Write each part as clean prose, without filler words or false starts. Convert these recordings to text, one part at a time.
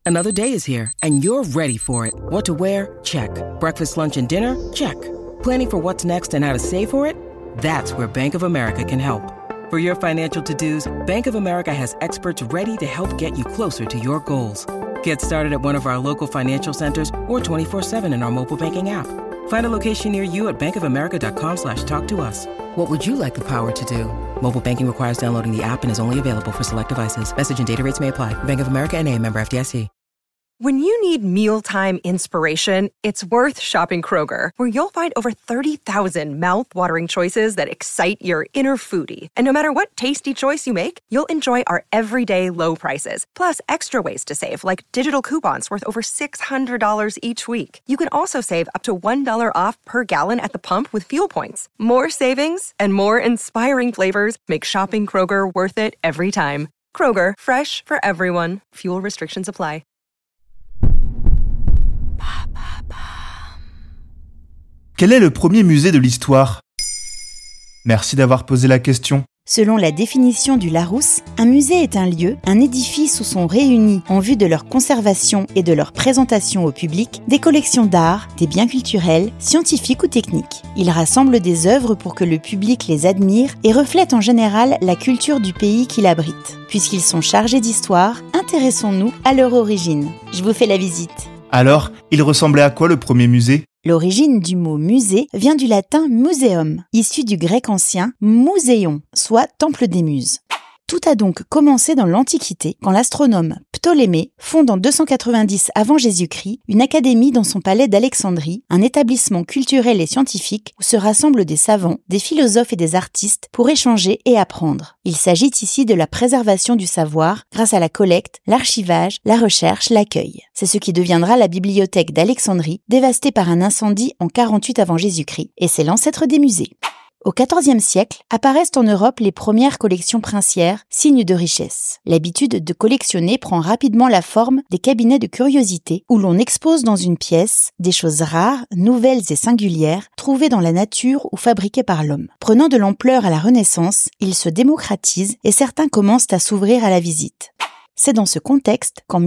Another day is here, and you're ready for it. What to wear? Check. Breakfast, lunch, and dinner? Check. Planning for what's next and how to save for it? That's where Bank of America can help. For your financial to-dos, Bank of America has experts ready to help get you closer to your goals. Get started at one of our local financial centers or 24/7 in our mobile banking app. Find a location near you at bankofamerica.com/talktous. What would you like the power to do? Mobile banking requires downloading the app and is only available for select devices. Message and data rates may apply. Bank of America N.A., member FDIC. When you need mealtime inspiration, it's worth shopping Kroger, where you'll find over 30,000 mouth-watering choices that excite your inner foodie. And no matter what tasty choice you make, you'll enjoy our everyday low prices, plus extra ways to save, like digital coupons worth over $600 each week. You can also save up to $1 off per gallon at the pump with fuel points. More savings and more inspiring flavors make shopping Kroger worth it every time. Kroger, fresh for everyone. Fuel restrictions apply. Quel est le premier musée de l'histoire ? Merci d'avoir posé la question. Selon la définition du Larousse, un musée est un lieu, un édifice où sont réunis, en vue de leur conservation et de leur présentation au public, des collections d'art, des biens culturels, scientifiques ou techniques. Il rassemble des œuvres pour que le public les admire et reflète en général la culture du pays qui l'abrite. Puisqu'ils sont chargés d'histoire, intéressons-nous à leur origine. Je vous fais la visite. Alors, il ressemblait à quoi le premier musée ? L'origine du mot musée vient du latin museum, issu du grec ancien museion, soit temple des muses. Tout a donc commencé dans l'Antiquité, quand l'astronome Ptolémée fonde en 290 avant Jésus-Christ une académie dans son palais d'Alexandrie, un établissement culturel et scientifique où se rassemblent des savants, des philosophes et des artistes pour échanger et apprendre. Il s'agit ici de la préservation du savoir grâce à la collecte, l'archivage, la recherche, l'accueil. C'est ce qui deviendra la bibliothèque d'Alexandrie, dévastée par un incendie en 48 avant Jésus-Christ, et c'est l'ancêtre des musées. Au XIVe siècle, apparaissent en Europe les premières collections princières, signes de richesse. L'habitude de collectionner prend rapidement la forme des cabinets de curiosités où l'on expose dans une pièce des choses rares, nouvelles et singulières, trouvées dans la nature ou fabriquées par l'homme. Prenant de l'ampleur à la Renaissance, ils se démocratisent et certains commencent à s'ouvrir à la visite. C'est dans ce contexte qu'en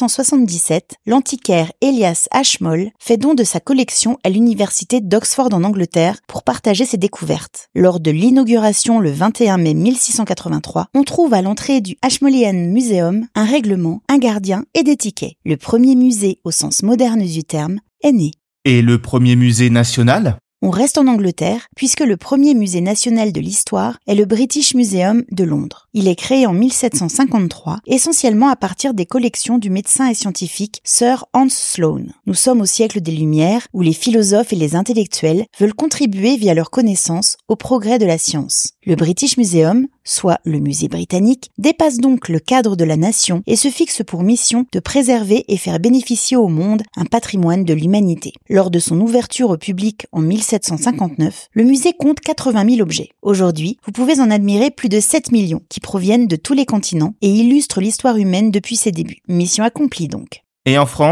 1677, l'antiquaire Elias Ashmole fait don de sa collection à l'université d'Oxford en Angleterre pour partager ses découvertes. Lors de l'inauguration le 21 mai 1683, on trouve à l'entrée du Ashmolean Museum un règlement, un gardien et des tickets. Le premier musée au sens moderne du terme est né. Et le premier musée national ? On reste en Angleterre puisque le premier musée national de l'histoire est le British Museum de Londres. Il est créé en 1753, essentiellement à partir des collections du médecin et scientifique Sir Hans Sloane. Nous sommes au siècle des Lumières où les philosophes et les intellectuels veulent contribuer via leurs connaissances au progrès de la science. Le British Museum, soit le musée britannique, dépasse donc le cadre de la nation et se fixe pour mission de préserver et faire bénéficier au monde un patrimoine de l'humanité. Lors de son ouverture au public en 1759, le musée compte 80 000 objets. Aujourd'hui, vous pouvez en admirer plus de 7 millions qui proviennent de tous les continents et illustrent l'histoire humaine depuis ses débuts. Mission accomplie donc. Et en France ?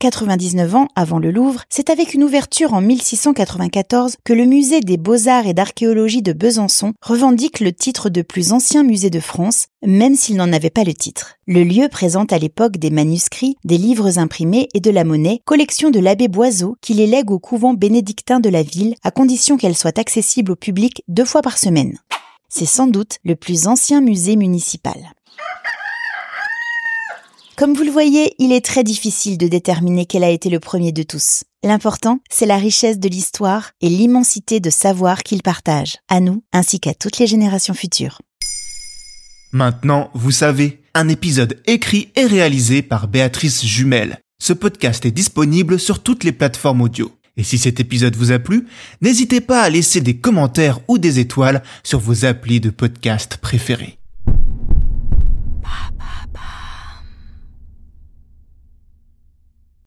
99 ans avant le Louvre, c'est avec une ouverture en 1694 que le musée des Beaux-Arts et d'Archéologie de Besançon revendique le titre de plus ancien musée de France, même s'il n'en avait pas le titre. Le lieu présente à l'époque des manuscrits, des livres imprimés et de la monnaie, collection de l'abbé Boiseau qui les lègue au couvent bénédictin de la ville à condition qu'elle soit accessible au public 2 fois par semaine. C'est sans doute le plus ancien musée municipal. Comme vous le voyez, il est très difficile de déterminer quel a été le premier de tous. L'important, c'est la richesse de l'histoire et l'immensité de savoir qu'il partage, à nous ainsi qu'à toutes les générations futures. Maintenant, vous savez, un épisode écrit et réalisé par Béatrice Jumel. Ce podcast est disponible sur toutes les plateformes audio. Et si cet épisode vous a plu, n'hésitez pas à laisser des commentaires ou des étoiles sur vos applis de podcast préférés.